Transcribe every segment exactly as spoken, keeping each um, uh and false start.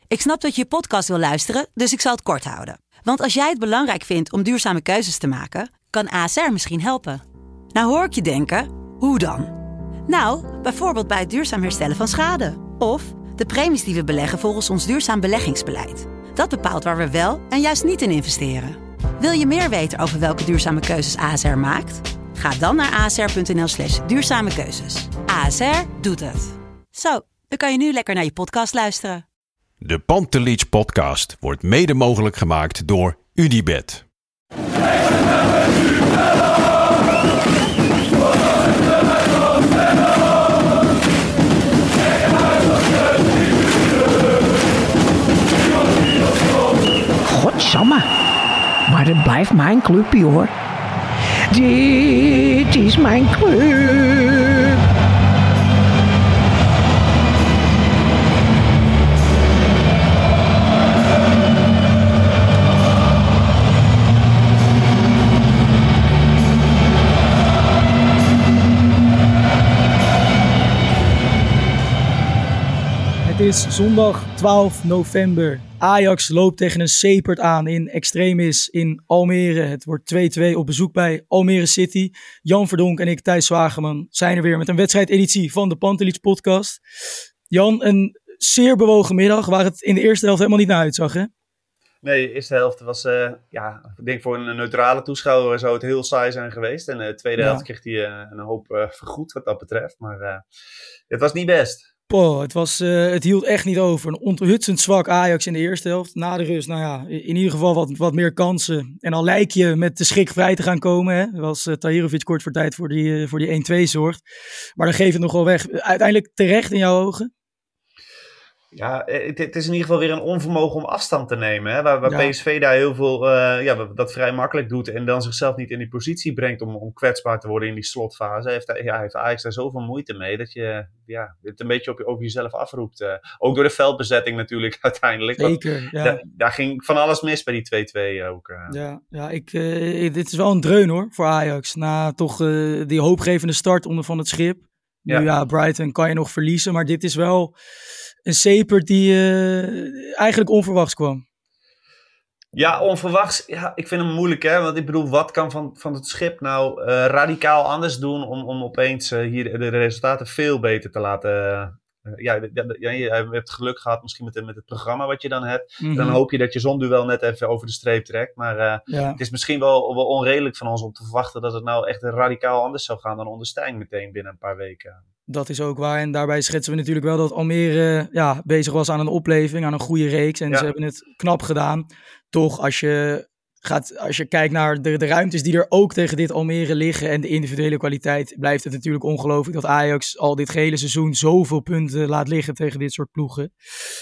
Ik snap dat je je podcast wil luisteren, dus ik zal het kort houden. Want als jij het belangrijk vindt om duurzame keuzes te maken, kan A S R misschien helpen. Nou hoor ik je denken, hoe dan? Nou, bijvoorbeeld bij het duurzaam herstellen van schade. Of de premies die we beleggen volgens ons duurzaam beleggingsbeleid. Dat bepaalt waar we wel en juist niet in investeren. Wil je meer weten over welke duurzame keuzes A S R maakt? Ga dan naar asr.nl slash duurzame keuzes. A S R doet het. Zo, dan kan je nu lekker naar je podcast luisteren. De Pantelich podcast wordt mede mogelijk gemaakt door UdiBet. Godsamme, maar het blijft mijn clubje hoor. Dit is mijn club. Het is zondag twaalf november. Ajax loopt tegen een Seepert aan in Extremis in Almere. Het wordt twee-twee op bezoek bij Almere City. Jan Verdonk en ik, Thijs Zwageman, zijn er weer met een wedstrijdeditie van de Pantelich podcast. Jan, een zeer bewogen middag waar het in de eerste helft helemaal niet naar uitzag, hè? Nee, de eerste helft was, uh, ja, ik denk voor een neutrale toeschouwer zou het heel saai zijn geweest. En de tweede ja. helft kreeg hij uh, een hoop uh, vergoed wat dat betreft. Maar uh, het was niet best. Poh, het, was, uh, het hield echt niet over. Een onthutsend zwak Ajax in de eerste helft. Na de rust, nou ja, in ieder geval wat, wat meer kansen. En al lijk je met de schrik vrij te gaan komen. Hè, was uh, Tahirovic kort voor tijd voor die, uh, voor die één-twee zorgt. Maar dan geeft het nog wel weg. Uiteindelijk terecht in jouw ogen? Ja, het, het is in ieder geval weer een onvermogen om afstand te nemen. Hè? Waar, waar ja. P S V daar heel veel, uh, ja, dat vrij makkelijk doet. En dan zichzelf niet in die positie brengt om, om kwetsbaar te worden in die slotfase. Heeft, ja, heeft Ajax daar zoveel moeite mee dat je ja, het een beetje op, over jezelf afroept. Uh, ook door de veldbezetting natuurlijk uiteindelijk. Zeker, ja. Da, daar ging van alles mis bij die twee-twee ook. Uh. Ja, ja ik, uh, dit is wel een dreun hoor voor Ajax. Na toch uh, die hoopgevende start onder Van het Schip. Nu ja. ja, Brighton kan je nog verliezen. Maar dit is wel een Seepert die uh, eigenlijk onverwachts kwam. Ja, onverwachts. Ja, ik vind hem moeilijk, hè. Want ik bedoel, wat kan Van, van het Schip nou uh, radicaal anders doen om, om opeens uh, hier de, de resultaten veel beter te laten... Uh, ja, ja, je hebt geluk gehad misschien met, met het programma wat je dan hebt. Mm-hmm. Dan hoop je dat je zo'n duel net even over de streep trekt. Maar uh, ja. het is misschien wel, wel onredelijk van ons om te verwachten dat het nou echt radicaal anders zou gaan dan onder Stijn meteen binnen een paar weken. Dat is ook waar. En daarbij schetsen we natuurlijk wel dat Almere ja, bezig was aan een opleving, aan een goede reeks. En ja. ze hebben het knap gedaan. Toch, als je, gaat, als je kijkt naar de, de ruimtes die er ook tegen dit Almere liggen en de individuele kwaliteit, blijft het natuurlijk ongelooflijk dat Ajax al dit gehele seizoen zoveel punten laat liggen tegen dit soort ploegen.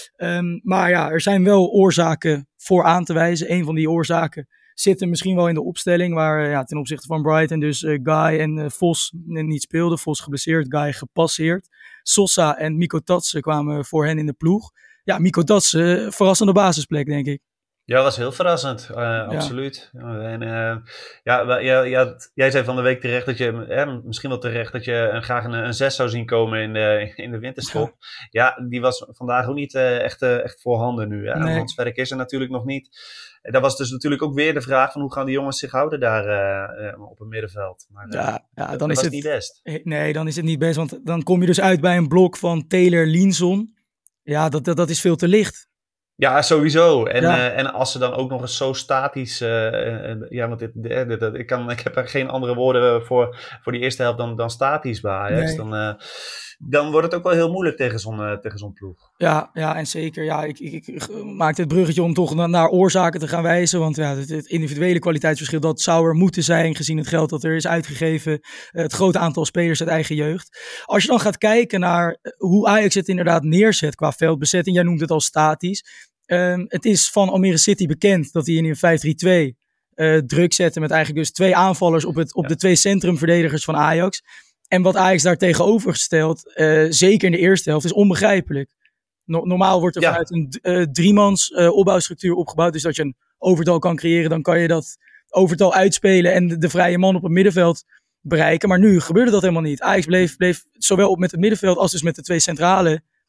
Um, maar ja, er zijn wel oorzaken voor aan te wijzen. Een van die oorzaken zit er misschien wel in de opstelling, waar ja, ten opzichte van Brighton dus uh, Guy en uh, Vos niet speelden. Vos geblesseerd, Guy gepasseerd. Sosa en Miko Tatsen kwamen voor hen in de ploeg. Ja, Miko Tatsen, verrassende basisplek, denk ik. Ja, dat was heel verrassend, uh, ja. absoluut. En, uh, ja, ja, ja, jij zei van de week terecht dat je, eh, misschien wel terecht, dat je uh, graag een, een zes zou zien komen in de, in de winterstop. Ja. ja, die was vandaag ook niet uh, echt, uh, echt voorhanden nu. Hè? Nee. Want Sverk is er natuurlijk nog niet. En dat was dus natuurlijk ook weer de vraag van hoe gaan die jongens zich houden daar uh, uh, op het middenveld. Maar uh, ja, ja, dan dat is was het niet best. Nee, dan is het niet best, want dan kom je dus uit bij een blok van Taylor, Linson. Ja, dat, dat, dat is veel te licht. Ja, sowieso. En, ja. uh, en als ze dan ook nog eens zo statisch... Uh, uh, ja, want dit, dit, dit, dit, ik, kan, ik heb er geen andere woorden voor, voor die eerste helft dan, dan statisch bij Ajax. Nee. Dan, uh, dan wordt het ook wel heel moeilijk tegen zo'n, uh, tegen zo'n ploeg. Ja, ja, en zeker. Ja, ik, ik, ik maak dit bruggetje om toch naar, naar oorzaken te gaan wijzen. Want ja, het, het individuele kwaliteitsverschil, dat zou er moeten zijn gezien het geld dat er is uitgegeven. Uh, het grote aantal spelers uit eigen jeugd. Als je dan gaat kijken naar hoe Ajax het inderdaad neerzet qua veldbezetting. Jij noemt het al statisch. Um, het is van Almere City bekend dat hij in een vijf drie twee uh, druk zetten met eigenlijk dus twee aanvallers op, het, op ja. de twee centrumverdedigers van Ajax. En wat Ajax daar tegenover gesteld, uh, zeker in de eerste helft, is onbegrijpelijk. No- normaal wordt er ja. vanuit een uh, driemans uh, opbouwstructuur opgebouwd. Dus dat je een overtal kan creëren, dan kan je dat overtal uitspelen en de, de vrije man op het middenveld bereiken. Maar nu gebeurde dat helemaal niet. Ajax bleef, bleef zowel op met het middenveld als dus met de twee centrale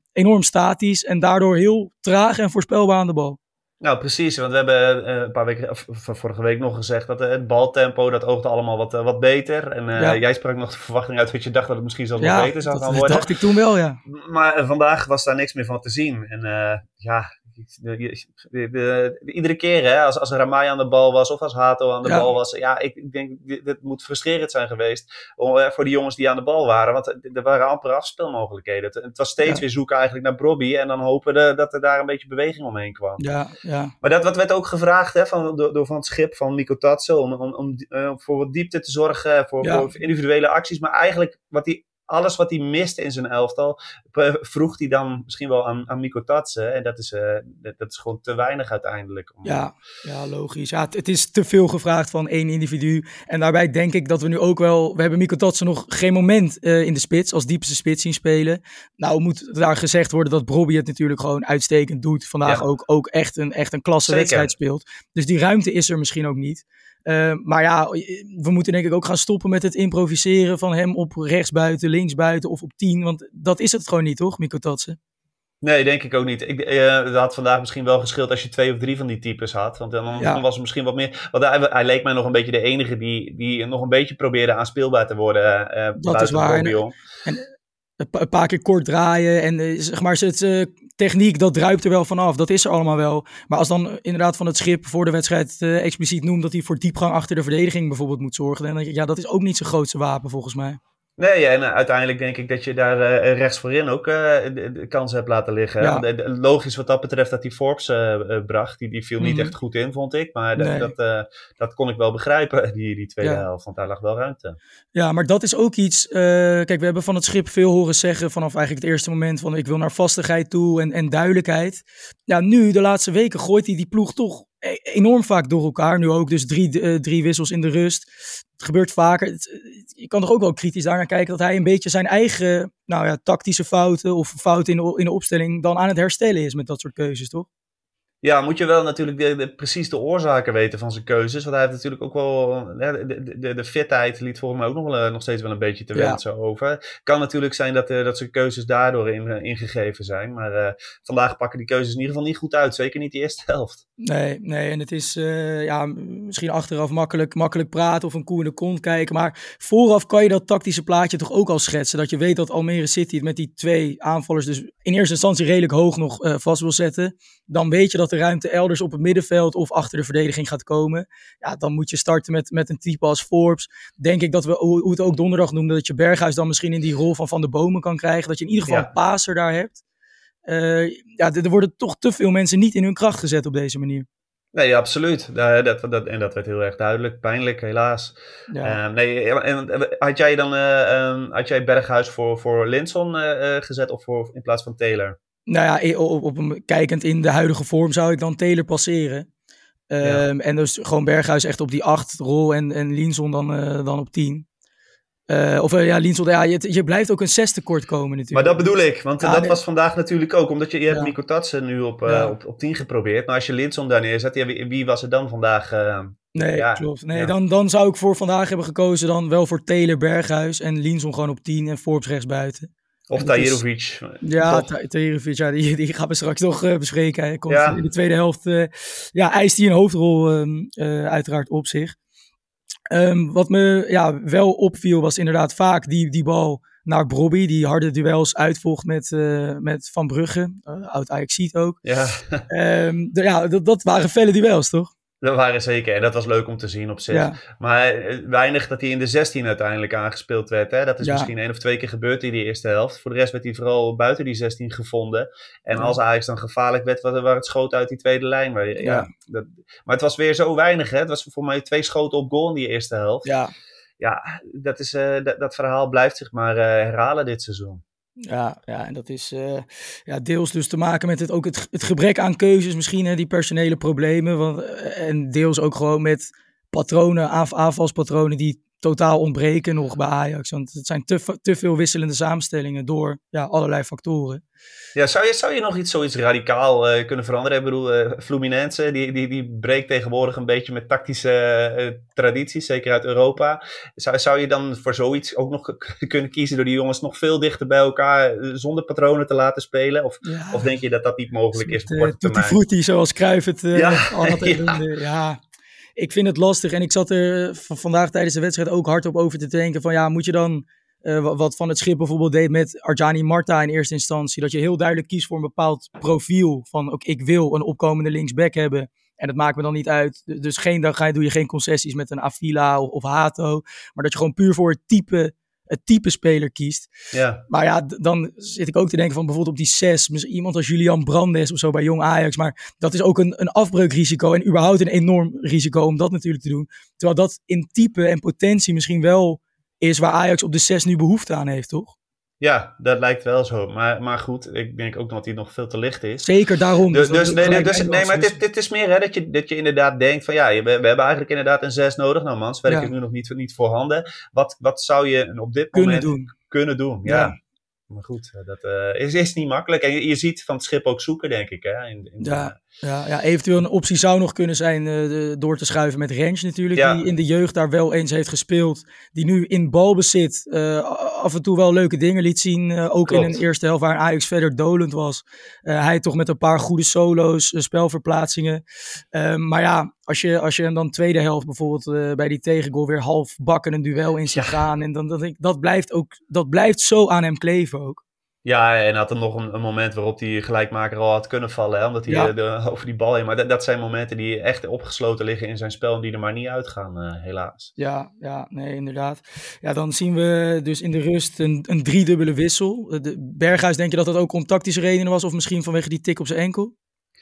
enorm statisch en daardoor heel traag en voorspelbaar aan de bal. Nou, precies. Want we hebben uh, een paar weken, of, vorige week nog gezegd dat uh, het baltempo, dat oogde allemaal wat, uh, wat beter. En uh, ja. jij sprak nog de verwachting uit dat je dacht dat het misschien zelfs ja, nog beter zou gaan worden. Ja, dat dacht ik toen wel, ja. Maar uh, vandaag was daar niks meer van te zien. En uh, ja... De, de, de, de, iedere keer hè, als, als Ramai aan de bal was of als Hato aan de ja. bal was, ja, ik, ik denk dit moet frustrerend zijn geweest om, uh, voor de jongens die aan de bal waren, want er waren amper afspeelmogelijkheden. Het, het was steeds ja. weer zoeken eigenlijk naar Brobby en dan hopen de, dat er daar een beetje beweging omheen kwam. Ja, ja. Maar dat wat werd ook gevraagd hè, van, door, door Van het Schip, van Mikko Tatso, om, om, om uh, voor wat diepte te zorgen, voor, ja. voor individuele acties, maar eigenlijk wat die alles wat hij miste in zijn elftal, vroeg hij dan misschien wel aan, aan Mikko Tatse. En dat is, uh, dat, dat is gewoon te weinig uiteindelijk. Om... Ja, ja, logisch. Ja, het, het is te veel gevraagd van één individu. En daarbij denk ik dat we nu ook wel... We hebben Mikko Tatse nog geen moment uh, in de spits, als diepste spits zien spelen. Nou moet daar gezegd worden dat Brobby het natuurlijk gewoon uitstekend doet. Vandaag ja. ook, ook echt een, echt een klasse Zeker. wedstrijd speelt. Dus die ruimte is er misschien ook niet. Uh, maar ja, we moeten denk ik ook gaan stoppen met het improviseren van hem op rechtsbuiten, linksbuiten of op tien. Want dat is het gewoon niet, toch, Mikko Tatse? Nee, denk ik ook niet. Ik, uh, het had vandaag misschien wel geschild als je twee of drie van die types had. Want dan, ja. dan was er misschien wat meer... Want hij, hij leek mij nog een beetje de enige die, die nog een beetje probeerde aanspeelbaar te worden. Uh, dat is waar. En, en een paar keer kort draaien en uh, zeg maar het uh, techniek, dat druipt er wel vanaf. Dat is er allemaal wel. Maar als dan inderdaad Van het Schip voor de wedstrijd uh, expliciet noemt dat hij voor diepgang achter de verdediging bijvoorbeeld moet zorgen, dan denk ik, ja, dat is ook niet zijn grootste wapen volgens mij. Nee, en uh, uiteindelijk denk ik dat je daar uh, rechts voorin ook uh, de, de kansen hebt laten liggen. Ja. De, de, logisch wat dat betreft dat die Forbes uh, uh, bracht. Die, die viel niet mm-hmm. echt goed in, vond ik. Maar de, nee. dat, uh, dat kon ik wel begrijpen, die, die tweede ja. helft. Want daar lag wel ruimte. Ja, maar dat is ook iets... Uh, kijk, we hebben Van het Schip veel horen zeggen vanaf eigenlijk het eerste moment van ik wil naar vastigheid toe en, en duidelijkheid. Ja, nu, de laatste weken, gooit hij die ploeg toch enorm vaak door elkaar. Nu ook dus drie, uh, drie wissels in de rust. Het gebeurt vaker. Het, je kan toch ook wel kritisch daarnaar kijken dat hij een beetje zijn eigen nou ja, tactische fouten of fouten in de, in de opstelling dan aan het herstellen is met dat soort keuzes, toch? Ja, moet je wel natuurlijk de, de, precies de oorzaken weten van zijn keuzes. Want hij heeft natuurlijk ook wel... De, de, de, de fitheid liet volgens mij ook nog, wel, nog steeds wel een beetje te wensen ja. over. Het kan natuurlijk zijn dat, uh, dat zijn keuzes daardoor in, uh, ingegeven zijn. Maar uh, vandaag pakken die keuzes in ieder geval niet goed uit. Zeker niet de eerste helft. Nee, nee en het is uh, ja, misschien achteraf makkelijk, makkelijk praten of een koe in de kont kijken. Maar vooraf kan je dat tactische plaatje toch ook al schetsen. Dat je weet dat Almere City het met die twee aanvallers dus in eerste instantie redelijk hoog nog uh, vast wil zetten. Dan weet je dat de ruimte elders op het middenveld of achter de verdediging gaat komen. Ja, dan moet je starten met, met een type als Forbes. Denk ik dat we, hoe het ook donderdag noemden, dat je Berghuis dan misschien in die rol van Van de Bomen kan krijgen. Dat je in ieder geval ja. een passer daar hebt. Uh, ja, er worden toch te veel mensen niet in hun kracht gezet op deze manier. Nee, absoluut. Dat, dat, dat, en dat werd heel erg duidelijk. Pijnlijk, helaas. Ja. Uh, nee, en, had jij dan uh, um, had jij Berghuis voor, voor Linson uh, uh, gezet of voor, in plaats van Taylor? Nou ja, op, op een, kijkend in de huidige vorm zou ik dan Taylor passeren. Um, ja. En dus gewoon Berghuis echt op die acht rol en, en Linson dan, uh, dan op tien. Uh, of uh, ja, Linson, ja, je, je blijft ook een zes tekort komen natuurlijk. Maar dat bedoel ik, want ja, dat nee. was vandaag natuurlijk ook. Omdat je, je hebt ja. Mikko Tatse nu op, uh, ja. op, op tien geprobeerd. Maar als je Linson daar neerzet, ja, wie, wie was er dan vandaag? Uh, nee, ja, klopt. Nee, ja. dan, dan zou ik voor vandaag hebben gekozen dan wel voor Taylor, Berghuis en Linson gewoon op tien en Forbes rechtsbuiten. Of Tahirovic. Ja, Tahirovic, ja, die, die gaan we straks nog uh, bespreken. Hij komt ja. in de tweede helft, uh, ja, eist hij een hoofdrol um, uh, uiteraard op zich. Um, wat me ja, wel opviel was inderdaad vaak die, die bal naar Brobby, die harde duels uitvocht met, uh, met Van Brugge, uh, oud Ajaxiet ook. Ja, um, de, ja dat, dat waren felle duels, toch? Dat waren zeker. En dat was leuk om te zien op zich. Ja. Maar weinig dat hij in de zestien uiteindelijk aangespeeld werd. Hè? Dat is ja. misschien één of twee keer gebeurd in die eerste helft. Voor de rest werd hij vooral buiten die zestien gevonden. En ja. als Ajax dan gevaarlijk werd, waar het schoot uit die tweede lijn. Maar, ja, ja. Dat, maar het was weer zo weinig. Hè? Het was voor mij twee schoten op goal in die eerste helft. Ja, ja dat, is, uh, dat, dat verhaal blijft zich maar uh, herhalen dit seizoen. Ja, ja, en dat is uh, ja, deels dus te maken met het, ook het, het gebrek aan keuzes misschien, hè, die personele problemen. Want, uh, en deels ook gewoon met patronen, aanv- aanvalspatronen die totaal ontbreken nog bij Ajax. Want het zijn te, te veel wisselende samenstellingen door ja, allerlei factoren. Ja, zou je, zou je nog iets zoiets radicaal uh, kunnen veranderen? Ik bedoel, uh, Fluminense, die, die, die breekt tegenwoordig een beetje met tactische uh, tradities, zeker uit Europa. Zou, zou je dan voor zoiets ook nog k- kunnen kiezen door die jongens nog veel dichter bij elkaar, uh, zonder patronen te laten spelen? Of, ja. of denk je dat dat niet mogelijk is op korte termijn? Tutti frutti, zoals Cruijff het uh, ja. al had ja. ja. Ik vind het lastig en ik zat er v- vandaag tijdens de wedstrijd ook hardop over te denken van ja, moet je dan uh, wat Van het Schip bijvoorbeeld deed met Arjani Marta in eerste instantie, dat je heel duidelijk kiest voor een bepaald profiel van ook ik wil een opkomende linksback hebben en dat maakt me dan niet uit. Dus geen, dan ga je, doe je geen concessies met een Avila of, of Hato, maar dat je gewoon puur voor het type het type speler kiest. Ja. Maar ja, d- dan zit ik ook te denken van bijvoorbeeld op die zes, misschien iemand als Julian Brandes of zo bij Jong Ajax, maar dat is ook een, een afbreukrisico en überhaupt een enorm risico om dat natuurlijk te doen. Terwijl dat in type en potentie misschien wel is waar Ajax op de zes nu behoefte aan heeft, toch? Ja, dat lijkt wel zo. Maar, maar goed, ik denk ook dat hij nog veel te licht is. Zeker daarom. Dus, dus dus, nee, nee, gelijk dus, nee, maar dit, dit is meer hè, dat, je, dat je inderdaad denkt van ja, we, we hebben eigenlijk inderdaad een zes nodig. Nou man, werk ik ja. nu nog niet, niet voorhanden. Wat, wat zou je op dit kunnen moment doen. kunnen doen? Ja. ja. Maar goed, dat uh, is, is niet makkelijk. En je, je ziet Van het Schip ook zoeken, denk ik. Hè? In, in ja, de, ja, ja, eventueel een optie zou nog kunnen zijn uh, de, door te schuiven met Rens natuurlijk. Ja. Die in de jeugd daar wel eens heeft gespeeld. Die nu in balbezit uh, af en toe wel leuke dingen liet zien. Uh, ook Klopt. In een eerste helft waar Ajax verder dolend was. Uh, hij toch met een paar goede solo's, uh, spelverplaatsingen. Uh, maar ja, als je, als je hem dan tweede helft bijvoorbeeld uh, bij die tegengoal weer half bakken een duel in ziet ja. gaan. En dan, dan denk ik, dat blijft ook, dat blijft zo aan hem kleven ook. Ja, en had er nog een, een moment waarop hij gelijkmaker al had kunnen vallen. Hè, omdat hij ja. de, over die bal heen. Maar dat, dat zijn momenten die echt opgesloten liggen in zijn spel. En die er maar niet uitgaan, uh, helaas. Ja, ja, nee, inderdaad. Ja, dan zien we dus in de rust een, een driedubbele wissel. De Berghuis, denk je dat dat ook om tactische redenen was? Of misschien vanwege die tik op zijn enkel?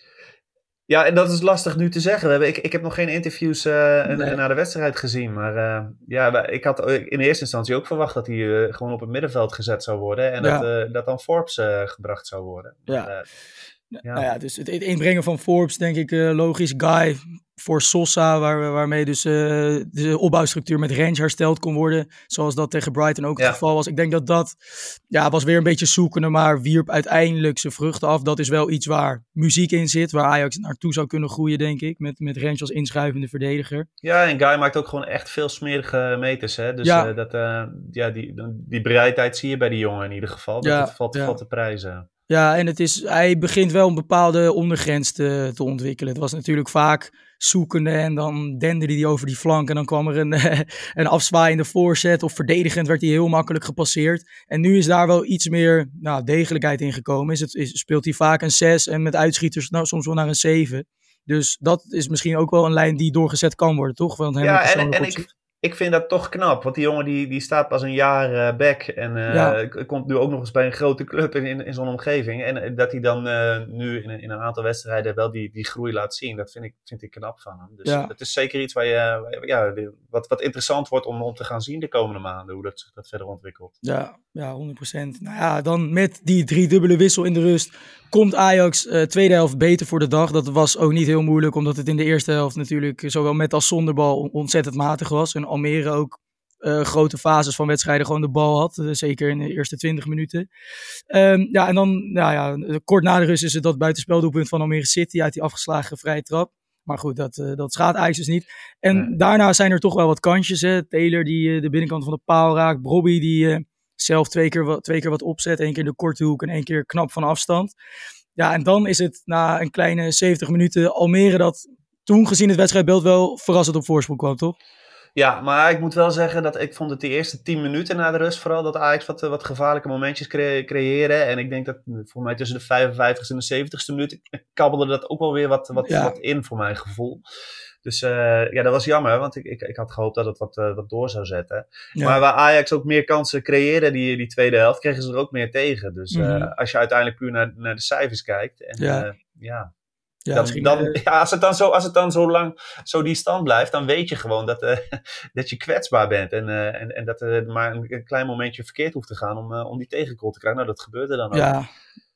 Ja, en dat is lastig nu te zeggen. We hebben, ik, ik heb nog geen interviews uh, nee. na de wedstrijd gezien. Maar uh, ja, ik had in eerste instantie ook verwacht dat hij uh, gewoon op het middenveld gezet zou worden. En ja. dat, uh, dat dan Forbes uh, gebracht zou worden. Ja. Maar, uh, ja. Nou ja, dus het inbrengen van Forbes, denk ik, uh, logisch. Guy voor Sosa, waar, waarmee dus uh, de opbouwstructuur met range hersteld kon worden. Zoals dat tegen Brighton ook het ja. geval was. Ik denk dat dat ja, was weer een beetje zoekende, maar wierp uiteindelijk zijn vruchten af. Dat is wel iets waar muziek in zit, waar Ajax naartoe zou kunnen groeien, denk ik. Met, met range als inschuivende verdediger. Ja, en Guy maakt ook gewoon echt veel smerige meters. Hè? Dus ja. Uh, dat, uh, ja, die, die bereidheid zie je bij die jongen in ieder geval. Dat ja. het valt, ja. valt te prijzen. Ja, en het is, hij begint wel een bepaalde ondergrens te, te ontwikkelen. Het was natuurlijk vaak zoekende en dan denderde hij over die flank en dan kwam er een, een afzwaaiende voorzet of verdedigend werd hij heel makkelijk gepasseerd. En nu is daar wel iets meer nou, degelijkheid in gekomen. Is het, is, speelt hij vaak een zes en met uitschieters nou, soms wel naar een zeven. Dus dat is misschien ook wel een lijn die doorgezet kan worden, toch? Want ja, en, en ik... Ik vind dat toch knap, want die jongen die, die staat pas een jaar uh, back en uh, ja. komt nu ook nog eens bij een grote club in, in, in zo'n omgeving. En uh, dat hij dan uh, nu in, in een aantal wedstrijden wel die, die groei laat zien, dat vind ik, vind ik knap van hem. Dus ja. dat is zeker iets waar je, waar je, ja, wat, wat interessant wordt om, om te gaan zien de komende maanden, hoe dat zich dat verder ontwikkelt. Ja, ja, honderd procent. Nou ja, dan met die driedubbele wissel in de rust komt Ajax uh, tweede helft beter voor de dag. Dat was ook niet heel moeilijk, omdat het in de eerste helft natuurlijk zowel met als zonder bal ontzettend matig was. En Almere ook uh, grote fases van wedstrijden gewoon de bal had. Uh, zeker in de eerste twintig minuten. Um, ja, en dan, nou ja, kort na de rust is het dat buitenspeldoelpunt van Almere City uit die afgeslagen vrije trap. Maar goed, dat, uh, dat schaadt Ajax dus niet. En nee. daarna zijn er toch wel wat kansjes. Hè. Taylor die uh, de binnenkant van de paal raakt. Brobby die uh, zelf twee keer, wat, twee keer wat opzet. Eén keer de korte hoek en één keer knap van afstand. Ja, en dan is het na een kleine zeventig minuten Almere dat toen gezien het wedstrijdbeeld wel verrassend op voorsprong kwam, toch? Ja, maar ik moet wel zeggen dat ik vond het de eerste tien minuten na de rust vooral dat Ajax wat, wat gevaarlijke momentjes cre- creëren. En ik denk dat voor mij tussen de vijfenvijftigste en de zeventigste minuut kabbelde dat ook wel weer wat, wat, ja. wat in voor mijn gevoel. Dus uh, ja, dat was jammer, want ik, ik, ik had gehoopt dat het wat, uh, wat door zou zetten. Ja. Maar waar Ajax ook meer kansen creëerde, die, die tweede helft, kregen ze er ook meer tegen. Dus uh, mm-hmm. als je uiteindelijk puur naar, naar de cijfers kijkt. En, ja. Uh, ja. Ja, dan, dan, uh, ja, als, het dan zo, als het dan zo lang zo die stand blijft, dan weet je gewoon dat, uh, dat je kwetsbaar bent. En, uh, en, en dat er uh, maar een, een klein momentje verkeerd hoeft te gaan om, uh, om die tegengoal te krijgen. Nou, dat gebeurde dan ook. Ja,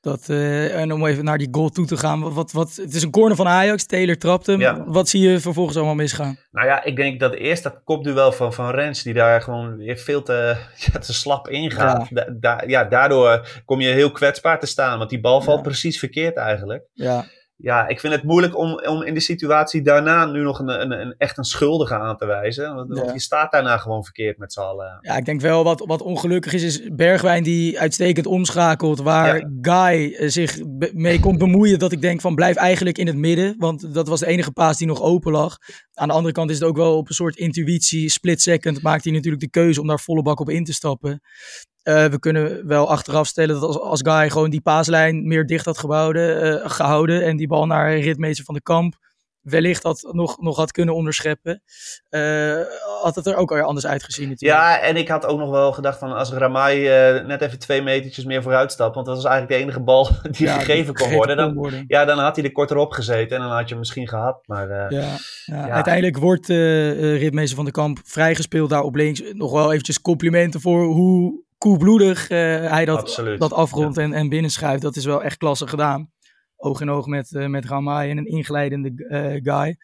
Dat, uh, en om even naar die goal toe te gaan. Wat, wat, het is een corner van Ajax. Taylor trapt hem. Ja. Wat zie je vervolgens allemaal misgaan? Nou ja, ik denk dat eerst dat kopduel van, van Rens, die daar gewoon weer veel te, ja, te slap ingaat. Ja. Da, da, ja, daardoor kom je heel kwetsbaar te staan. Want die bal valt ja. precies verkeerd eigenlijk. Ja. Ja, ik vind het moeilijk om, om in de situatie daarna nu nog een, een, een echt een schuldige aan te wijzen. Want, ja. want je staat daarna gewoon verkeerd met z'n allen. Ja, ik denk wel wat, wat ongelukkig is, is Bergwijn die uitstekend omschakelt. Waar ja. Guy zich be- mee komt bemoeien. Dat ik denk van blijf eigenlijk in het midden. Want dat was de enige paas die nog open lag. Aan de andere kant is het ook wel op een soort intuïtie. Split second maakt hij natuurlijk de keuze om daar volle bak op in te stappen. Uh, we kunnen wel achteraf stellen dat als, als Guy gewoon die paaslijn meer dicht had gehouden, uh, gehouden en die bal naar ritmeester van de Kamp wellicht had nog, nog had kunnen onderscheppen, uh, had het er ook alweer anders uitgezien natuurlijk. Ja, en ik had ook nog wel gedacht van als Ramai uh, net even twee metertjes meer vooruit stapt, want dat was eigenlijk de enige bal die ja, gegeven kon worden. Dan, worden. Ja, dan had hij er korter op gezeten en dan had je hem misschien gehad. Maar, uh, ja, ja, ja. Uiteindelijk wordt uh, ritmeester van de Kamp vrijgespeeld daar op links. Nog wel eventjes complimenten voor hoe koelbloedig uh, hij dat, dat afrondt ja. en, en binnenschuift. Dat is wel echt klasse gedaan. Oog in oog met, uh, met Ramai en een inglijdende uh, guy.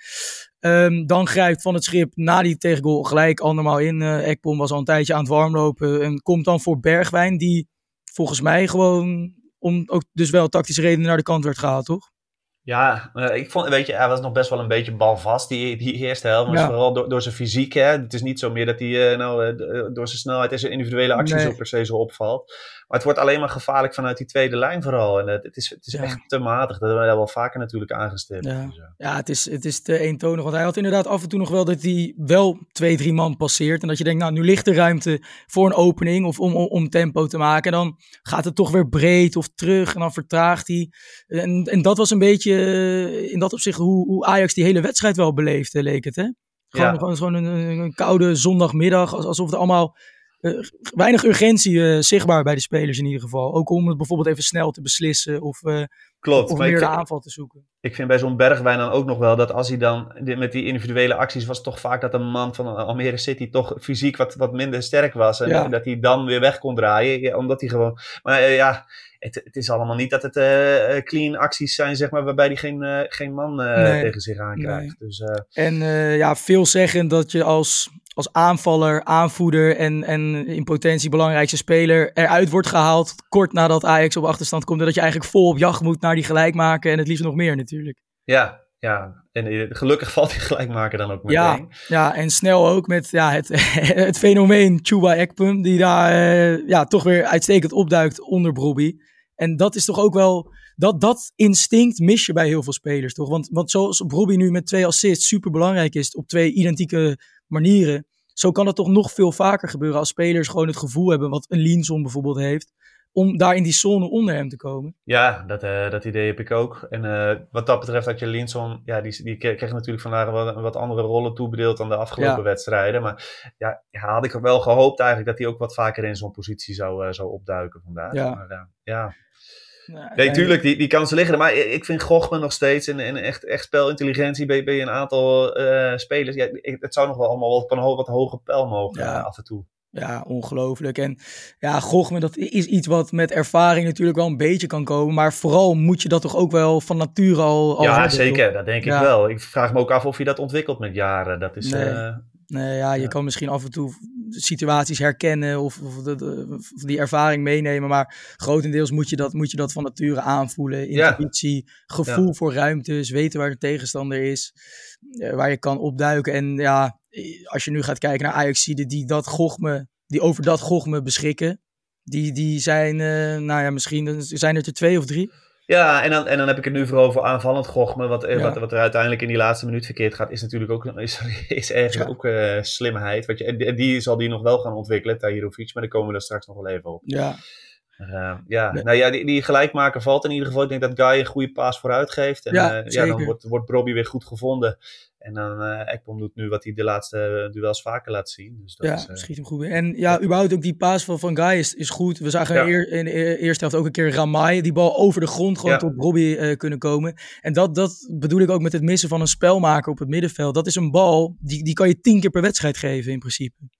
Um, dan grijpt Van het Schip na die tegengoal gelijk andermaal in. Uh, Ekpom was al een tijdje aan het warmlopen. En komt dan voor Bergwijn, die volgens mij gewoon om ook dus wel tactische redenen naar de kant werd gehaald, toch? Ja, uh, ik vond, weet je, hij was nog best wel een beetje balvast, die, die eerste helft. Maar ja. vooral door, door zijn fysiek, hè. Het is niet zo meer dat hij uh, nou, uh, door zijn snelheid en zijn individuele acties nee. zo per se zo opvalt. Maar het wordt alleen maar gevaarlijk vanuit die tweede lijn vooral. En uh, het is, het is ja. echt te matig. Dat hebben we wel vaker natuurlijk aangestipt. Ja, dus, uh. ja het, is, het is te eentonig. Want hij had inderdaad af en toe nog wel dat hij wel twee, drie man passeert. En dat je denkt, nou, nu ligt er ruimte voor een opening of om, om, om tempo te maken. En dan gaat het toch weer breed of terug en dan vertraagt hij. En, en dat was een beetje uh, in dat opzicht hoe, hoe Ajax die hele wedstrijd wel beleefde, leek het, hè? Gewoon, ja. gewoon, gewoon een, een koude zondagmiddag, alsof het allemaal uh, weinig urgentie uh, zichtbaar bij de spelers in ieder geval. Ook om het bijvoorbeeld even snel te beslissen of, uh, Klopt, of meer de vind, aanval te zoeken. Ik vind bij zo'n Bergwijn dan ook nog wel dat als hij dan met die individuele acties was het toch vaak dat een man van Almere City toch fysiek wat, wat minder sterk was. En ja. dat hij dan weer weg kon draaien, ja, omdat hij gewoon... Maar uh, ja... Het, het is allemaal niet dat het uh, clean acties zijn, zeg maar, waarbij hij geen, uh, geen man uh, nee, tegen zich aankrijgt. Nee. Dus, uh... En uh, ja, veel zeggen dat je als, als aanvaller, aanvoerder en, en in potentie belangrijkste speler eruit wordt gehaald kort nadat Ajax op achterstand komt. En dat je eigenlijk vol op jacht moet naar die gelijkmaker en het liefst nog meer natuurlijk. Ja, ja. En gelukkig valt die gelijkmaker dan ook meteen. Ja, ja, en snel ook met ja, het, het fenomeen Chuba Ekpom, die daar uh, ja, toch weer uitstekend opduikt onder Brobbey. En dat is toch ook wel, dat, dat instinct mis je bij heel veel spelers, toch? Want, want zoals Brobbey nu met twee assists super belangrijk is op twee identieke manieren, zo kan het toch nog veel vaker gebeuren als spelers gewoon het gevoel hebben, wat een Linson bijvoorbeeld heeft, om daar in die zone onder hem te komen. Ja, dat, uh, dat idee heb ik ook. En uh, wat dat betreft had je Linson, ja, die, die kreeg natuurlijk vandaag wat, wat andere rollen toebedeeld dan de afgelopen ja. wedstrijden. Maar ja, ja, had ik wel gehoopt eigenlijk dat hij ook wat vaker in zo'n positie zou, uh, zou opduiken vandaag. Ja. Maar, uh, ja. Nee, nee, tuurlijk, die, die kansen liggen er. Maar ik vind Gochman nog steeds en, en echt, echt spelintelligentie bij, bij een aantal uh, spelers. Ja, het zou nog wel allemaal wat, van een wat hoger pijl mogen ja. uh, af en toe. Ja, ongelooflijk. En ja, Gochman, dat is iets wat met ervaring natuurlijk wel een beetje kan komen. Maar vooral moet je dat toch ook wel van nature al, al ja, hebben, zeker. toch? Dat denk ja. ik wel. Ik vraag me ook af of je dat ontwikkelt met jaren. Dat is... Nee. Uh, Nee, ja, je ja. kan misschien af en toe situaties herkennen of, of, de, de, of die ervaring meenemen, maar grotendeels moet je dat, moet je dat van nature aanvoelen. Intuïtie, ja. gevoel ja. voor ruimtes, weten waar de tegenstander is, waar je kan opduiken. En ja, als je nu gaat kijken naar Ajaxiden die, dat Gochme, die over dat Gochme beschikken, die, die zijn, uh, nou ja, misschien zijn er er twee of drie. Ja, en dan, en dan heb ik het nu vooral over aanvallend Gochme. Wat, ja. wat, wat er uiteindelijk in die laatste minuut verkeerd gaat, is natuurlijk ook, is, is eigenlijk ja. ook uh, slimheid. Wat je, en die zal die nog wel gaan ontwikkelen, Tahirovic, maar daar komen we er straks nog wel even op. Ja. Uh, ja, nee. nou ja, die, die gelijkmaker valt in ieder geval. Ik denk dat Guy een goede paas vooruit geeft. En ja, uh, ja, dan wordt, wordt Brobbey weer goed gevonden. En dan uh, Ekpom doet nu wat hij de laatste duels vaker laat zien. Dus dat ja, is, uh, schiet hem goed in. En ja, überhaupt ook die paas van, van Guy is, is goed. We zagen ja. eer, in de eerste helft ook een keer Ramai, die bal over de grond gewoon ja. tot Brobbey uh, kunnen komen. En dat, dat bedoel ik ook met het missen van een spelmaker op het middenveld. Dat is een bal, die, die kan je tien keer per wedstrijd geven in principe.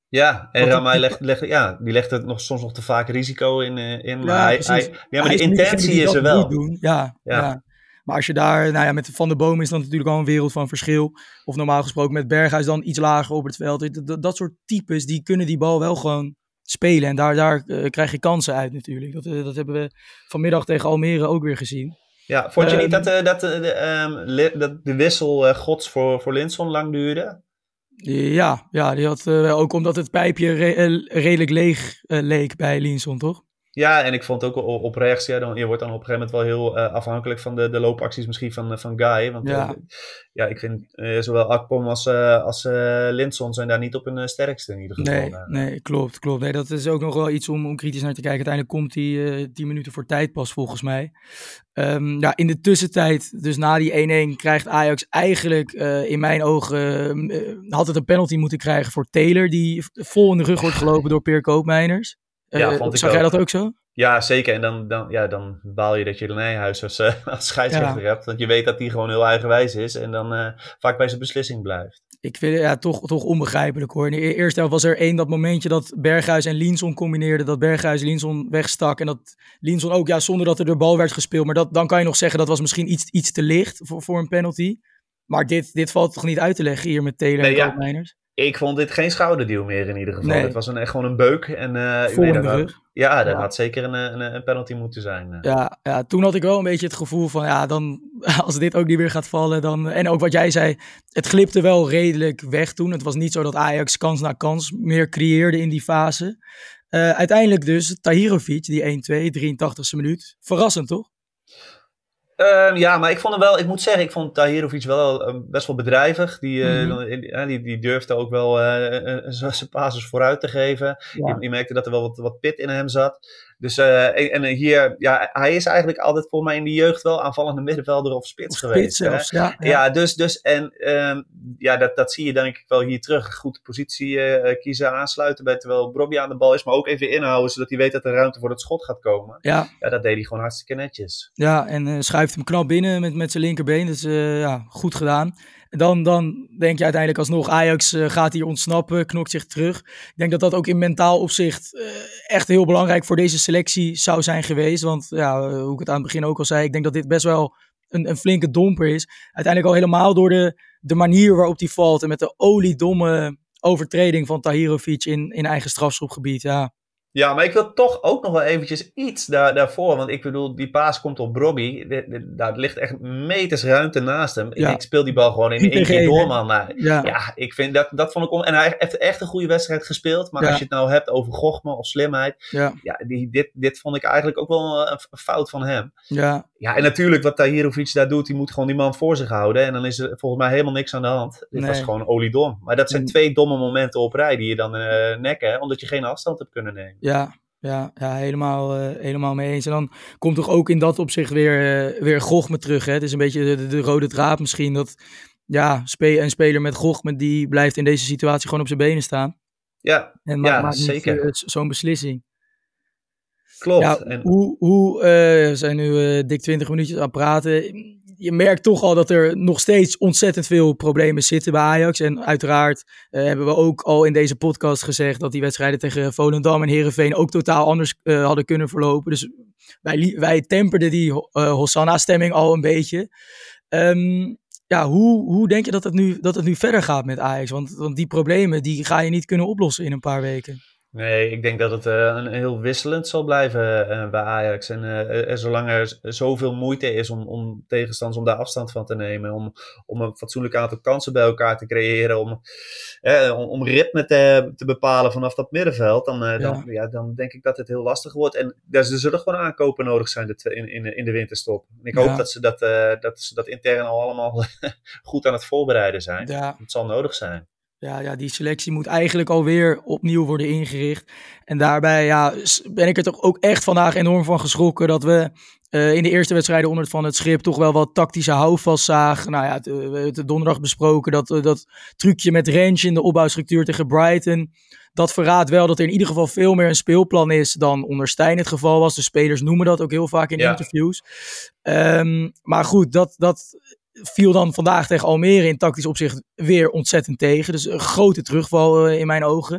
Ja, en Want Ramai die- legt, legt, ja, die legt het nog, soms nog te vaak risico in. eh, in maar Ja, hij, precies. hij, ja, maar Hij die is niet degene intentie die is dat er moet wel. doen. Ja, Ja. ja. Maar als je daar, nou ja, met Van der Boom is dan natuurlijk al een wereld van verschil. Of normaal gesproken met Berghuis dan iets lager op het veld. Dat, dat, dat soort types, die kunnen die bal wel gewoon spelen. En daar, daar uh, krijg je kansen uit natuurlijk. Dat, uh, dat hebben we vanmiddag tegen Almere ook weer gezien. Ja, vond je Um, niet dat, uh, dat, uh, de, um, li, dat de wissel uh, Gods voor, voor Linson lang duurde? Ja, ja die had, uh, ook omdat het pijpje re- uh, redelijk leeg uh, leek bij Linson, toch? Ja, en ik vond ook op, op rechts, ja, dan, je wordt dan op een gegeven moment wel heel uh, afhankelijk van de, de loopacties misschien van, van Guy. Want ja, uh, ja ik vind uh, zowel Akpom als, uh, als uh, Linson zijn daar niet op hun uh, sterkste in ieder geval. Nee, nee klopt, klopt. Nee, dat is ook nog wel iets om, om kritisch naar te kijken. Uiteindelijk komt die uh, tien minuten voor tijd pas volgens mij. Um, ja, in de tussentijd, dus na die één-één, krijgt Ajax eigenlijk uh, in mijn ogen, uh, had het een penalty moeten krijgen voor Taylor, die vol in de rug wordt gelopen door Peer Koopmeiners. Uh, ja, vond ik zag ook. jij dat ook zo? Ja, zeker. En dan, dan, ja, dan baal je dat je Nijhuis als, uh, als scheidsrechter ja. hebt. Want je weet dat hij gewoon heel eigenwijs is en dan uh, vaak bij zijn beslissing blijft. Ik vind het ja, toch, toch onbegrijpelijk hoor. In de eerste helft was er één dat momentje dat Berghuis en Linson combineerden. Dat Berghuis Linson wegstak. En dat Linson ook, ja, zonder dat er de bal werd gespeeld. Maar dat, dan kan je nog zeggen dat was misschien iets, iets te licht voor, voor een penalty. Maar dit, dit valt toch niet uit te leggen hier met Taylor nee, en Koopmeiners? Ja. Ik vond dit geen schouderduw meer in ieder geval. Nee. Het was een, echt gewoon een beuk. En, uh, Vol in de dat, rug. Ja, dat ja. had zeker een, een, een penalty moeten zijn. Uh. Ja, ja, toen had ik wel een beetje het gevoel van, ja, dan, als dit ook niet weer gaat vallen, dan... En ook wat jij zei, het glipte wel redelijk weg toen. Het was niet zo dat Ajax kans na kans meer creëerde in die fase. Uh, uiteindelijk dus, Tahirovic, die één-twee, drieëntachtigste minuut. Verrassend, toch? Um, ja, maar ik vond hem wel, ik moet zeggen, ik vond Tahirovic wel uh, best wel bedrijvig. Die, uh, mm-hmm. uh, die, die durfde ook wel uh, uh, zijn passes vooruit te geven. Ja. Je, je merkte dat er wel wat, wat pit in hem zat. Dus uh, en, en hier, ja, hij is eigenlijk altijd volgens mij in de jeugd wel aanvallende middenvelder of spits of geweest. Spits zelfs, ja, ja. ja, dus, dus en um, ja, dat, dat zie je denk ik wel hier terug. Goed positie uh, kiezen, aansluiten bij terwijl Brobby aan de bal is, maar ook even inhouden zodat hij weet dat er ruimte voor het schot gaat komen. Ja, ja dat deed hij gewoon hartstikke netjes. Ja, en uh, schuift hem knap binnen met, met zijn linkerbeen, dus uh, ja, goed gedaan. Dan, dan denk je uiteindelijk alsnog, Ajax uh, gaat hier ontsnappen, knokt zich terug. Ik denk dat dat ook in mentaal opzicht uh, echt heel belangrijk voor deze selectie zou zijn geweest. Want ja, uh, hoe ik het aan het begin ook al zei, ik denk dat dit best wel een, een flinke domper is. Uiteindelijk al helemaal door de, de manier waarop die valt en met de oliedomme overtreding van Tahirovic in, in eigen strafschopgebied, ja. Ja, maar ik wil toch ook nog wel eventjes iets daar, daarvoor. Want ik bedoel, die paas komt op Brobby. Daar ligt echt meters ruimte naast hem. Ja. Ik speel die bal gewoon in één keer door, man. Nou, ja. ja, ik vind dat, dat vond ik om. En hij heeft echt een goede wedstrijd gespeeld. Maar ja. als je het nou hebt over gochme of slimheid. Ja, ja die, dit, dit vond ik eigenlijk ook wel een fout van hem. Ja. Ja, en natuurlijk wat Tahirovic daar doet. Die moet gewoon die man voor zich houden. En dan is er volgens mij helemaal niks aan de hand. Dit nee. was gewoon oliedom. Maar dat zijn twee domme momenten op rij die je dan uh, nekken. Omdat je geen afstand hebt kunnen nemen. Ja, ja, ja helemaal, uh, helemaal mee eens. En dan komt toch ook in dat opzicht weer, uh, weer Gochme terug. Hè? Het is een beetje de, de rode draad misschien. Dat ja, spe- een speler met Gochme die blijft in deze situatie gewoon op zijn benen staan. Ja, en maakt, ja maakt zeker. Niet, uh, zo'n beslissing. Klopt. Ja, en... Hoe, hoe uh, we zijn nu uh, dik twintig minuutjes aan het praten. Je merkt toch al dat er nog steeds ontzettend veel problemen zitten bij Ajax. En uiteraard uh, hebben we ook al in deze podcast gezegd dat die wedstrijden tegen Volendam en Heerenveen ook totaal anders uh, hadden kunnen verlopen. Dus wij, wij temperden die uh, Hosanna-stemming al een beetje. Um, ja, hoe, hoe denk je dat het, nu, dat het nu verder gaat met Ajax? Want, want die problemen die ga je niet kunnen oplossen in een paar weken. Nee, ik denk dat het uh, een heel wisselend zal blijven uh, bij Ajax. En uh, zolang er zoveel moeite is om, om tegenstanders om daar afstand van te nemen, om, om een fatsoenlijk aantal kansen bij elkaar te creëren, om, uh, om, om ritme te, te bepalen vanaf dat middenveld, dan, uh, ja. Dan, ja, dan denk ik dat het heel lastig wordt. En er zullen gewoon aankopen nodig zijn in, in, in de winterstop. En ik hoop ja. dat, ze dat, uh, dat ze dat intern al allemaal goed aan het voorbereiden zijn. Ja. Het zal nodig zijn. Ja, ja, die selectie moet eigenlijk alweer opnieuw worden ingericht. En daarbij ja, ben ik er toch ook echt vandaag enorm van geschrokken dat we uh, in de eerste wedstrijden onder het Van het Schip toch wel wat tactische houvast zagen. Nou ja, het, we hebben het donderdag besproken, dat, uh, dat trucje met Rens in de opbouwstructuur tegen Brighton. Dat verraadt wel dat er in ieder geval veel meer een speelplan is dan onder Stijn het geval was. De spelers noemen dat ook heel vaak in ja. interviews. Um, maar goed, dat... dat viel dan vandaag tegen Almere in tactisch opzicht weer ontzettend tegen. Dus een grote terugval uh, in mijn ogen.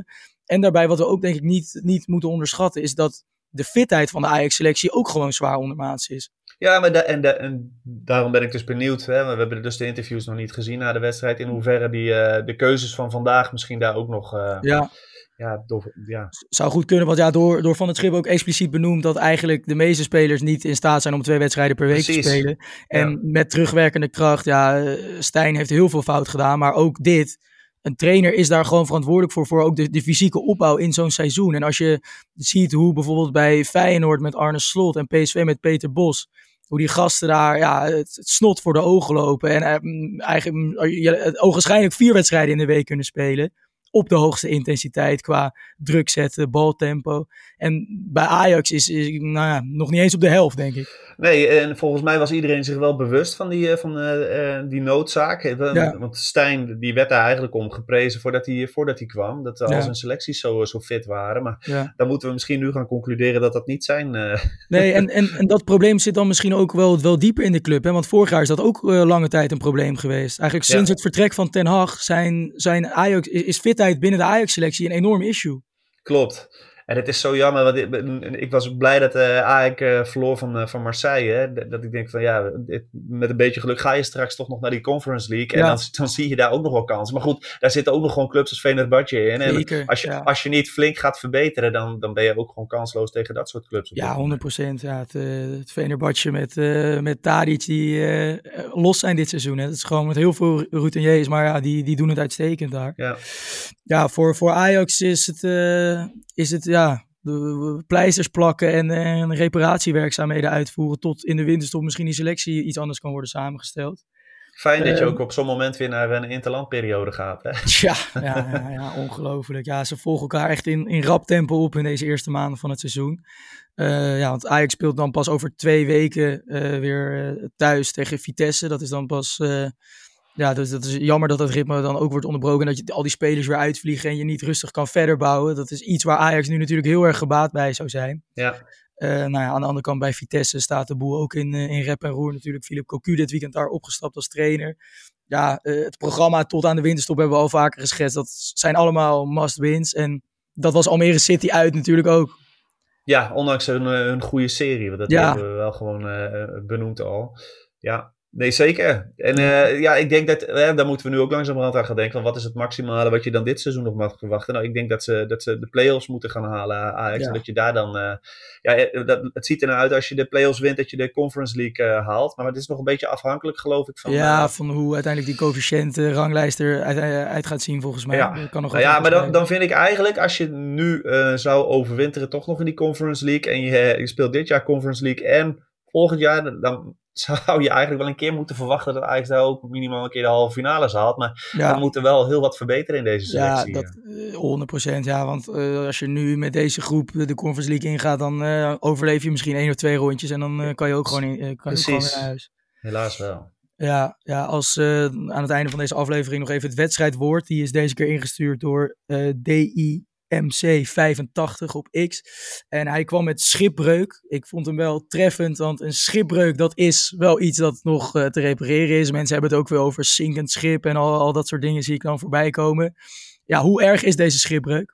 en daarbij wat we ook denk ik niet, niet moeten onderschatten, is dat de fitheid van de Ajax-selectie ook gewoon zwaar ondermaats is. Ja, maar da- en, da- en daarom ben ik dus benieuwd. Hè? We hebben dus de interviews nog niet gezien na de wedstrijd. In hoeverre die, uh, de keuzes van vandaag misschien daar ook nog... Uh, ja. Ja, door, ja. Zou goed kunnen, want ja, door, door Van het Schip ook expliciet benoemd dat eigenlijk de meeste spelers niet in staat zijn om twee wedstrijden per week Precies. te spelen. En Ja. met terugwerkende kracht, ja, Stijn heeft heel veel fout gedaan, maar ook dit. Een trainer is daar gewoon verantwoordelijk voor, voor ook de, de fysieke opbouw in zo'n seizoen. En als je ziet hoe bijvoorbeeld bij Feyenoord met Arne Slot en P S V met Peter Bos, hoe die gasten daar ja, het, het snot voor de ogen lopen en uh, eigenlijk uh, ogenschijnlijk vier wedstrijden in de week kunnen spelen. Op de hoogste intensiteit qua druk zetten, baltempo. En bij Ajax is, is nou ja, nog niet eens op de helft, denk ik. Nee, en volgens mij was iedereen zich wel bewust van die, van, uh, uh, die noodzaak. Ja. Want Stijn, die werd daar eigenlijk om geprezen voordat hij, voordat hij kwam. Dat al ja. zijn selecties zo, zo fit waren. Maar ja. dan moeten we misschien nu gaan concluderen dat dat niet zijn. Uh... Nee, en, en, en dat probleem zit dan misschien ook wel, wel dieper in de club. Hè? Want vorig jaar is dat ook uh, lange tijd een probleem geweest. Eigenlijk sinds ja. het vertrek van Ten Hag zijn, zijn Ajax, is fitheid binnen de Ajax-selectie een enorm issue. Klopt. En het is zo jammer, want ik, ik was blij dat uh, Ajax uh, verloor van, uh, van Marseille. Hè? Dat, dat ik denk van ja, het, met een beetje geluk ga je straks toch nog naar die Conference League. En ja. dan, dan zie je daar ook nog wel kansen. Maar goed, daar zitten ook nog gewoon clubs als Fenerbahce in. En Zeker, als, je, ja. als je niet flink gaat verbeteren, dan, dan ben je ook gewoon kansloos tegen dat soort clubs. Ja, honderd procent. Ja, het, uh, het Fenerbahce met, uh, met Tadic die uh, los zijn dit seizoen. Hè? Dat is gewoon met heel veel routiniers, maar ja, die, die doen het uitstekend daar. Ja, ja voor, voor Ajax is het, uh, is het ja... de pleisters plakken en, en reparatiewerkzaamheden uitvoeren tot in de winterstop misschien die selectie iets anders kan worden samengesteld. Fijn dat je uh, ook op zo'n moment weer naar een interlandperiode gaat. Hè? Ja, ja, ja, ja, ongelooflijk. Ja, ze volgen elkaar echt in, in rap tempo op in deze eerste maanden van het seizoen. Uh, ja, want Ajax speelt dan pas over twee weken uh, weer uh, thuis tegen Vitesse. Dat is dan pas... Uh, Ja, dus dat is jammer dat dat ritme dan ook wordt onderbroken. En dat je al die spelers weer uitvliegen en je niet rustig kan verder bouwen. Dat is iets waar Ajax nu natuurlijk heel erg gebaat bij zou zijn. Ja. Uh, nou ja, aan de andere kant bij Vitesse staat de boel ook in, uh, in rep en roer. Natuurlijk Philippe Cocu dit weekend daar opgestapt als trainer. Ja, uh, het programma tot aan de winterstop hebben we al vaker geschetst. Dat zijn allemaal must-wins. En dat was Almere City uit natuurlijk ook. Ja, ondanks een, een goede serie. Want dat ja. hebben we wel gewoon uh, benoemd al. Ja. Nee, zeker. En uh, ja, ik denk dat, eh, daar moeten we nu ook langzamerhand aan gaan denken, van wat is het maximale wat je dan dit seizoen nog mag verwachten? Nou, ik denk dat ze, dat ze de play-offs moeten gaan halen, Ajax, ja. en dat je daar dan, uh, ja, dat, het ziet er nou uit als je de play-offs wint, dat je de Conference League uh, haalt, maar het is nog een beetje afhankelijk, geloof ik. Van, ja, uh, van hoe uiteindelijk die coëfficiënten ranglijst er uit, uit gaat zien, volgens mij. Ja, kan nog nou ja maar dan, dan vind ik eigenlijk, als je nu uh, zou overwinteren toch nog in die Conference League, en je, je speelt dit jaar Conference League en volgend jaar, dan zou je eigenlijk wel een keer moeten verwachten dat Ajax daar ook minimaal een keer de halve finale haalt. Maar ja. we moeten wel heel wat verbeteren in deze selectie. Ja, dat, uh, honderd procent. Ja, want uh, als je nu met deze groep de Conference League ingaat, dan uh, overleef je misschien één of twee rondjes. En dan uh, kan je ook gewoon, in, uh, kan je ook gewoon weer naar huis. Helaas wel. Ja, ja als uh, aan het einde van deze aflevering nog even het wedstrijdwoord. Die is deze keer ingestuurd door uh, D I M C vijfentachtig op X. En hij kwam met schipbreuk. Ik vond hem wel treffend, want een schipbreuk, dat is wel iets dat nog uh, te repareren is. Mensen hebben het ook wel over zinkend schip en al, al dat soort dingen zie ik dan voorbij komen. Ja, hoe erg is deze schipbreuk?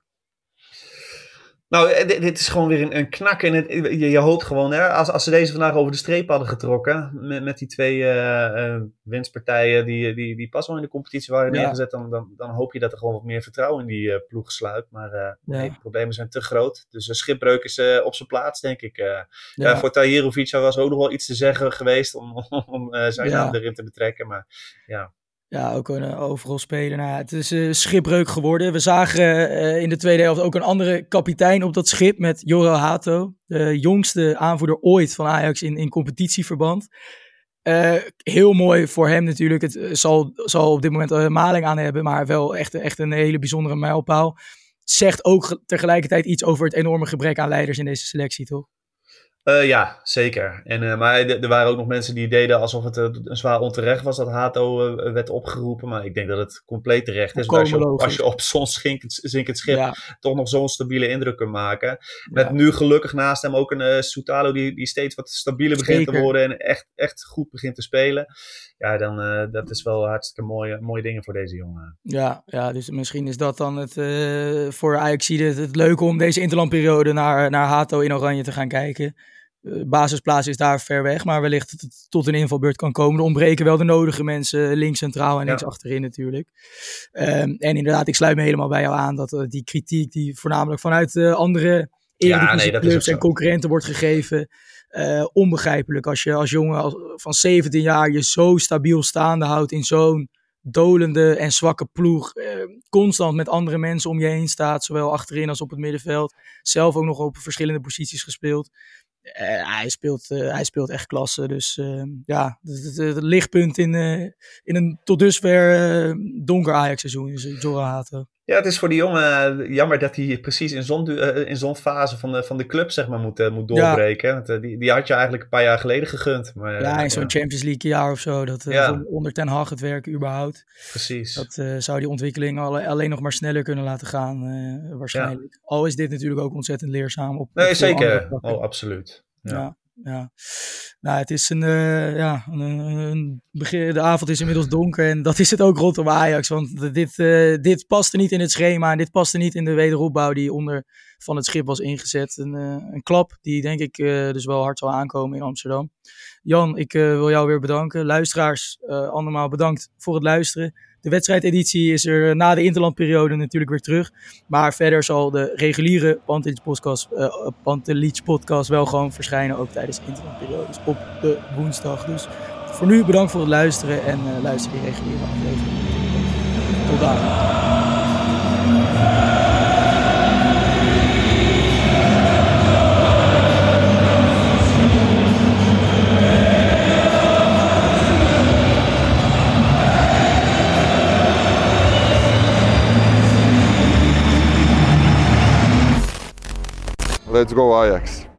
Nou, dit, dit is gewoon weer een, een knak. En het, je, je hoopt gewoon, hè, als, als ze deze vandaag over de streep hadden getrokken, met, met die twee uh, uh, winstpartijen die, die, die pas wel in de competitie waren ja. neergezet, dan, dan, dan hoop je dat er gewoon wat meer vertrouwen in die uh, ploeg sluipt. Maar uh, ja. nee, de problemen zijn te groot. Dus een schipbreuk is uh, op zijn plaats, denk ik. Uh, ja. uh, voor Tahirovic was ook nog wel iets te zeggen geweest om, om, om uh, zijn ja. naam erin te betrekken. Maar ja... Ja, ook een uh, overal speler. Nou, het is uh, schipbreuk geworden. We zagen uh, in de tweede helft ook een andere kapitein op dat schip met Jorel Hato. De jongste aanvoerder ooit van Ajax in, in competitieverband. Uh, heel mooi voor hem natuurlijk. Het uh, zal, zal op dit moment een maling aan hebben, maar wel echt, echt een hele bijzondere mijlpaal. Zegt ook tegelijkertijd iets over het enorme gebrek aan leiders in deze selectie, toch? Uh, ja, zeker. En, uh, maar d- er waren ook nog mensen die deden alsof het uh, zwaar onterecht was dat Hato uh, werd opgeroepen. Maar ik denk dat het compleet terecht is. Als je, op, als je op zo'n zinkend schip ja. toch nog zo'n stabiele indruk kunt maken. Met ja. nu gelukkig naast hem ook een uh, Soutalo die, die steeds wat stabieler begint zeker. te worden. En echt, echt goed begint te spelen. Ja, dan uh, dat is wel hartstikke mooie, mooie dingen voor deze jongen. Ja, ja, dus misschien is dat dan het uh, voor Ajaxide het, het leuke om deze interlandperiode naar, naar Hato in Oranje te gaan kijken. Uh, basisplaats is daar ver weg, maar wellicht dat het tot een invalbeurt kan komen. Er ontbreken wel de nodige mensen links centraal en links ja. achterin natuurlijk. Um, en inderdaad, ik sluit me helemaal bij jou aan dat uh, die kritiek die voornamelijk vanuit uh, andere Eredivisie ja, nee, clubs en concurrenten wordt gegeven. Uh, onbegrijpelijk als je als jongen als, van zeventien jaar je zo stabiel staande houdt in zo'n dolende en zwakke ploeg. Uh, constant met andere mensen om je heen staat, zowel achterin als op het middenveld. Zelf ook nog op verschillende posities gespeeld. Uh, hij, speelt, uh, hij speelt echt klasse. Dus uh, ja, het, het, het lichtpunt in, uh, in een tot dusver uh, donker Ajax-seizoen is Jorah Hato. Ja, het is voor die jongen uh, jammer dat hij precies in zo'n, uh, in zo'n fase van de, van de club zeg maar, moet, uh, moet doorbreken. Ja. Want, uh, die, die had je eigenlijk een paar jaar geleden gegund. Maar, uh, ja, in zo'n ja. Champions League jaar of zo. Dat uh, ja. onder Ten Hag het werk überhaupt. Precies. Dat uh, zou die ontwikkeling alle, alleen nog maar sneller kunnen laten gaan. Uh, waarschijnlijk. Ja. Al is dit natuurlijk ook ontzettend leerzaam. Op, nee, op zeker. Oh, absoluut. Ja. ja. Ja, nou, het is een, uh, ja, een, een begin, de avond is inmiddels donker en dat is het ook rondom Ajax, want dit, uh, dit paste niet in het schema en dit paste niet in de wederopbouw die onder van het schip was ingezet. Een, uh, een klap die denk ik uh, dus wel hard zal aankomen in Amsterdam. Jan, ik uh, wil jou weer bedanken. Luisteraars, uh, andermaal bedankt voor het luisteren. De wedstrijdeditie is er na de interlandperiode natuurlijk weer terug. Maar verder zal de reguliere Pantelich podcast, uh, Pantelich podcast wel gewoon verschijnen. Ook tijdens de interlandperiodes op de woensdag. Dus voor nu bedankt voor het luisteren. En uh, luister die reguliere aflevering. Tot daar. Let's go Ajax.